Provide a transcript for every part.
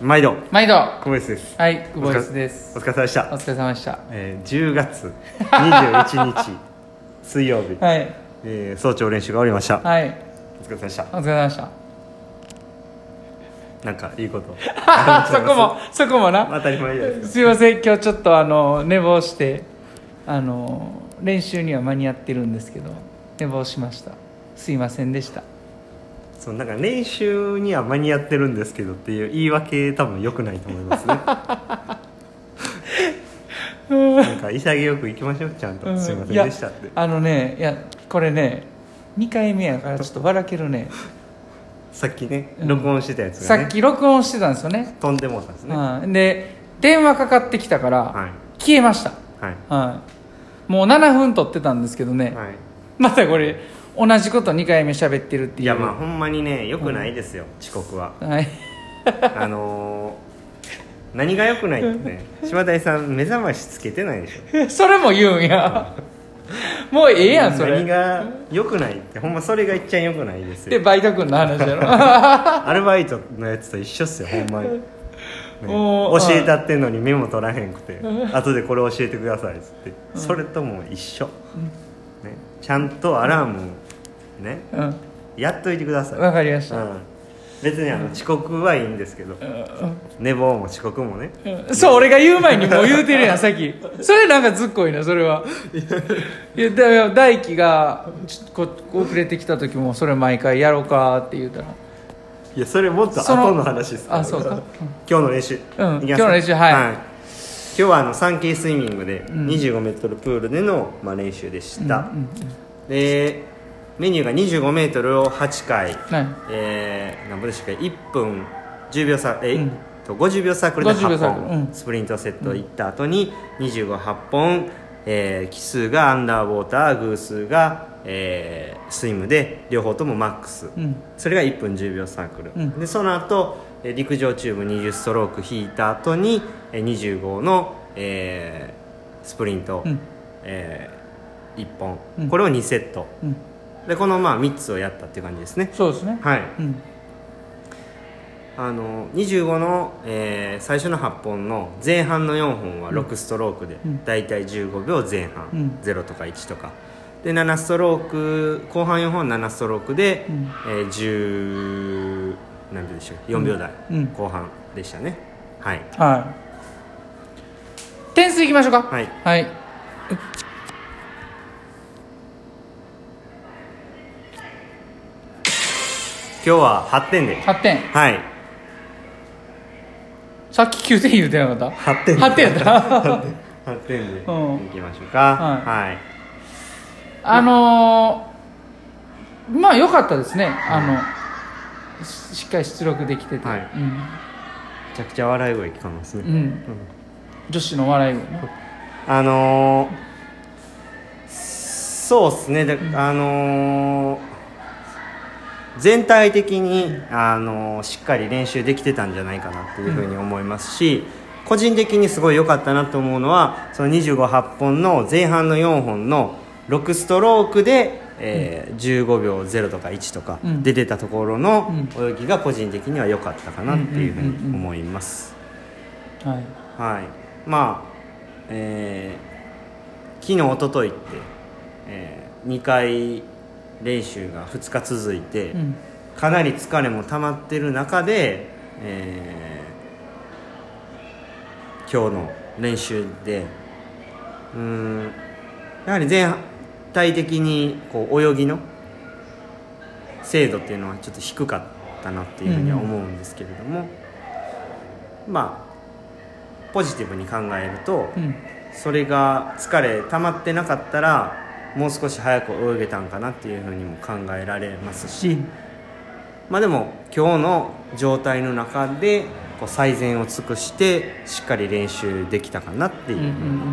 毎度毎度久保井です。 はい久保井ですお疲れ様でした。 お疲れ様でした。 10月21日水曜日、 はい早朝練習が終わりました。 はいお疲れ様でした。 お疲れ様でしたなんかいいことそこもな当たり前じゃないですか。 すいません、今日ちょっと寝坊して練習には間に合ってるんですけど寝坊しました。すいませんでした。 そうなんか練習には間に合ってるんですけどっていう言い訳多分良くないと思いますね。なんか潔くいきましょう、ちゃんと、すいませんでしたって。 いやこれね2回目やからちょっと笑けるね。 さっきね録音してたやつがね、 さっき録音してたんですよね。 飛んでもうたんですね。 で電話かかってきたから、 はい消えました。 はい、 もう7分撮ってたんですけどね、 はい、 またこれ同じこと2回目喋ってるっていう。 いやまあほんまにね良くないですよ、遅刻は。 はい何が良くないってね、島谷さん目覚ましつけてないでしょ。 それも言うんや。もうええやんそれ。 何が良くないって、ほんまそれがいっちゃん良くないですよ。 でバイト君の話やろ。 アルバイトのやつと一緒っすよほんまに、ね、教えたってんのにメモ取らへんくて後でこれ教えてくださいっつって、それとも一緒、ね、ちゃんとアラームね、やっといてください。 わかりました、 別に遅刻はいいんですけど、寝坊も遅刻もね、 そう俺が言う前にもう言うてるやんさっき。それなんかずっこいなそれは。いやだ大輝が遅れてきた時もそれ毎回やろうかって言うたら、 いやそれもっと後の話ですから。 そうか、 今日の練習、 今日の練習はい、 今日は3K スイミングで 25m プールでの、練習でした、でメニューが 25m を8回、何分でしたっけ、1分10秒差、50秒サークルで8本、スプリントセット行った後に25、8本、奇数がアンダーウォーター、偶数が、スイムで両方ともマックス、それが1分10秒サークル、でその後陸上チューブ20ストローク引いた後に25の、スプリント、1本、これを2セット、でこの3つをやったっていう感じですね。 そうですね。 はい、25の、最初の8本の前半の4本は6ストロークで、だいたい15秒前半、0とか1とかで、7ストローク後半4本7ストロークで、10何秒でしょう、4秒台、後半でしたね。はい、 点数いきましょうか。 はい、今日は8点で。 8点。 はい。 さっき9点言うてなかった。 8点。 8点やった。 8点でいきましょうか。はい。 良かったですね。しっかり出力できてて。 めちゃくちゃ笑い声聞こえますね。 女子の笑い声ね。 そうですね。全体的にしっかり練習できてたんじゃないかなっていうふうに思いますし、個人的にすごい良かったなと思うのは、その25、8本の前半の4本の6ストロークで、15秒0とか1とか出てたところの泳ぎが個人的には良かったかなっていうふうに思います。はい、昨日一昨日って、2回練習が2日続いて、かなり疲れも溜まってる中で、今日の練習でやはり全体的にこう泳ぎの精度っていうのはちょっと低かったなっていうふうには思うんですけれども、ポジティブに考えると、それが疲れ溜まってなかったらもう少し早く泳げたんかなっていうふうにも考えられますし、でも今日の状態の中でこう最善を尽くしてしっかり練習できたかなっていうふうに、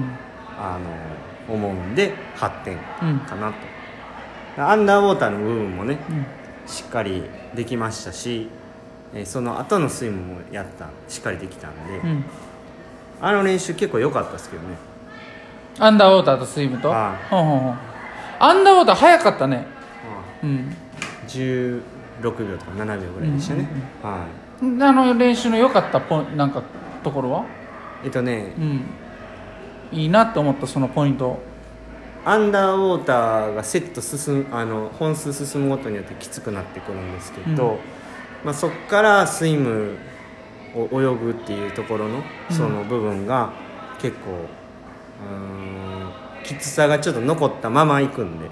思うんで8点かなと、アンダーウォーターの部分もね、しっかりできましたし、その後のスイムもしっかりできたんで、練習結構良かったですけどね。 アンダーウォーターとスイムと、アンダーウォーター早かったね。 6秒とか7秒ぐらいでしたね、はい、 練習の良かったなんかところはいいなって思ったそのポイント。 アンダーウォーターがセット本数進むごとによってきつくなってくるんですけど、そこからスイムを泳ぐっていうところのその部分が結構きつさがちょっと残ったままいくんで、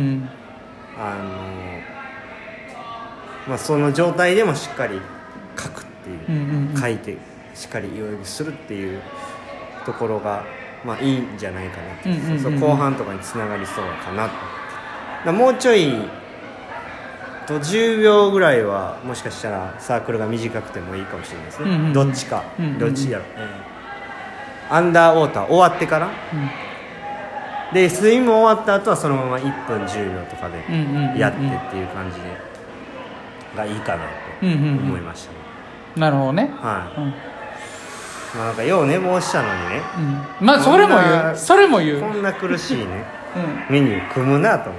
その状態でもしっかり書くっていう、書いてしっかり泳ぎするっていうところがいいんじゃないかなと、そう後半とかにつながりそうかなと。もうちょいと10秒ぐらいはもしかしたらサークルが短くてもいいかもしれないですね、どっちか、どっちやろ、アンダーウォーター終わってから、でスイム終わった後はそのまま1分10秒とかでやってっていう感じでがいいかなと思いましたね、 なるほどね、 はい、なんかよう寝坊したのにね、 それも言うこんな苦しいね、メニュー組むなと思って、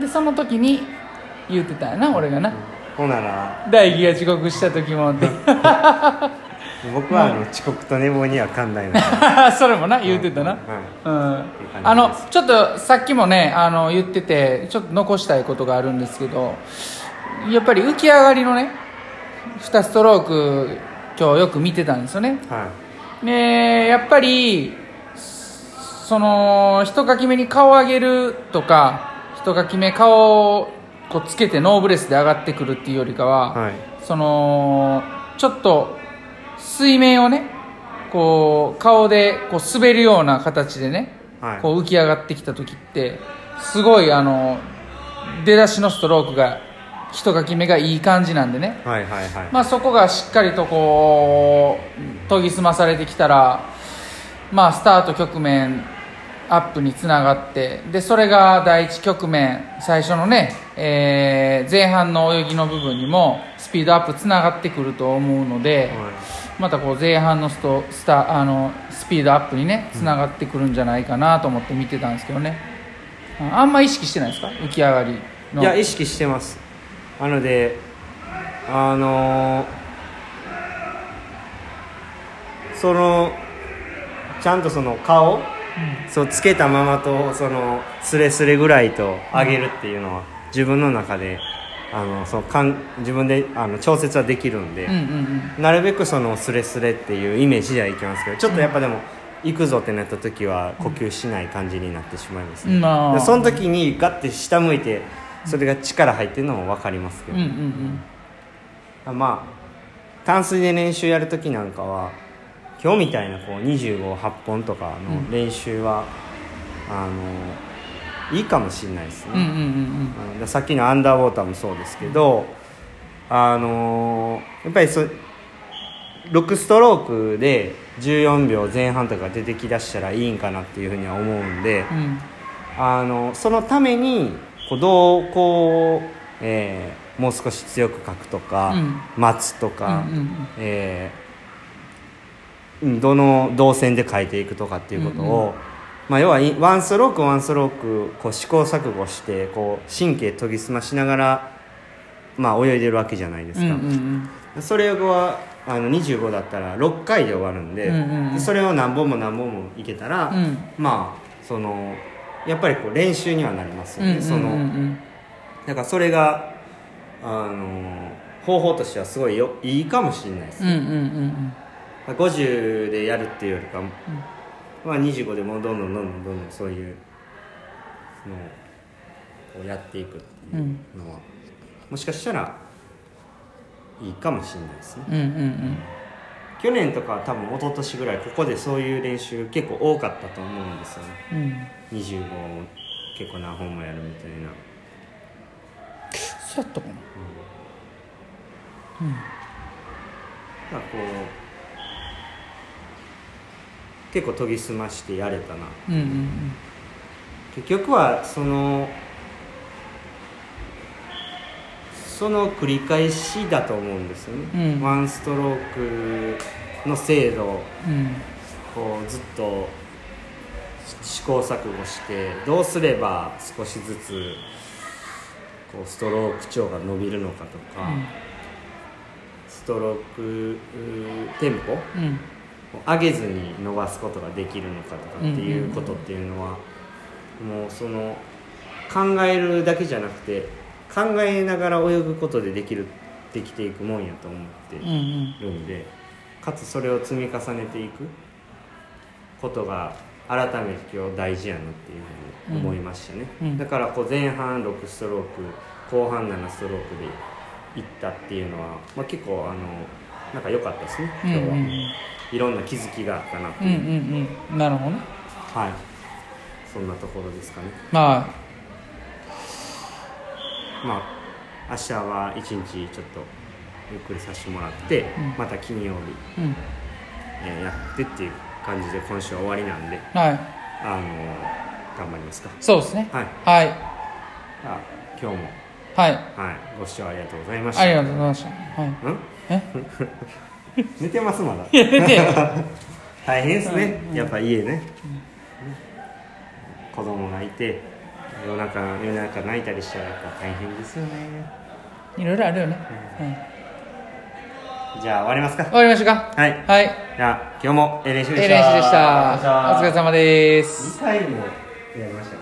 でその時に言ってたよな俺がな、 ほなら大輝が遅刻した時もって僕は遅刻と寝坊には寛大なそれもな言ってたな、ちょっとさっきもね言っててちょっと残したいことがあるんですけど、やっぱり浮き上がりのね2ストローク今日よく見てたんですよね、でやっぱりその一かき目に顔を上げるとか一かき目顔をこうつけてノーブレスで上がってくるっていうよりかは、そのちょっと水面をねこう顔でこう滑るような形でね、こう浮き上がってきた時ってすごい出だしのストロークが一かき目がいい感じなんでね、そこがしっかりとこう研ぎ澄まされてきたら、スタート局面アップにつながって、でそれが第一局面最初のね、前半の泳ぎの部分にもスピードアップつながってくると思うので、またこう前半のスピードアップにねつながってくるんじゃないかなと思って見てたんですけどね、あんま意識してないですか浮き上がりの。 いや意識してます。なのでそのちゃんとその顔、そうつけたままとそのスレスレぐらいと上げるっていうのは自分の中で自分で調節はできるんで、なるべくそのスレスレっていうイメージではいきますけど、ちょっとやっぱでも行くぞってなった時は呼吸しない感じになってしまいますね、その時にガッて下向いてそれが力入ってるのも分かりますけど、淡水で練習やる時なんかは今日みたいなこう25、8本とかの練習は、いいかもしれないですね、さっきのアンダーウォーターもそうですけど、やっぱり6ストロークで14秒前半とか出てきだしたらいいんかなっていうふうには思うんで、そのためにどうもう少し強く書くとか、待つとか、どの動線で書いていくとかっていうことを、要はワンストロークワンストロークこう試行錯誤してこう神経研ぎ澄ましながら、泳いでるわけじゃないですか、それは25だったら6回で終わるんで、それを何本も何本もいけたら、やっぱりこう練習にはなりますよね、だからそれが方法としてはすごいいいかもしれないですね、50でやるっていうよりか、25でもどんどんそういうのをやっていくっていうのは、もしかしたらいいかもしれないですね、去年とか多分一昨年ぐらいここでそういう練習結構多かったと思うんですよね、25を結構何本もやるみたいな。 そうやったかな、 こう結構研ぎ澄ましてやれたな、結局はその繰り返しだと思うんですよね、ワンストロークの精度をこうずっと試行錯誤してどうすれば少しずつこうストローク調が伸びるのかとか、ストロークテンポを上げずに伸ばすことができるのかとかっていうことっていうのは、もうその考えるだけじゃなくて考えながら泳ぐことでできていくもんやと思ってるんで、かつそれを積み重ねていくことが改めて今日大事やなっていうふうに思いましたね、だからこう前半6ストローク後半7ストロークでいったっていうのは、まあ、結構なんか良かったですね今日は、いろんな気づきがあったなっていう、 なるほどね。 はい、そんなところですかね。 まあ明日は一日ちょっとゆっくりさせてもらって、また金曜日、やってっていう感じで今週は終わりなんで、頑張りますか。 そうですね。 はい、 はい、 今日もご視聴ありがとうございました。 ありがとうございました。 寝てますまだ。 いや寝て大変ですね、やっぱ家ね、子供がいて夜中泣いたりしたらやっぱ大変ですよね。 いろいろあるよね。 じゃあ終わりますか。 終わりましょうか。 はい。じゃあ今日も練習でした。 お疲れ様です。 2回もやりました。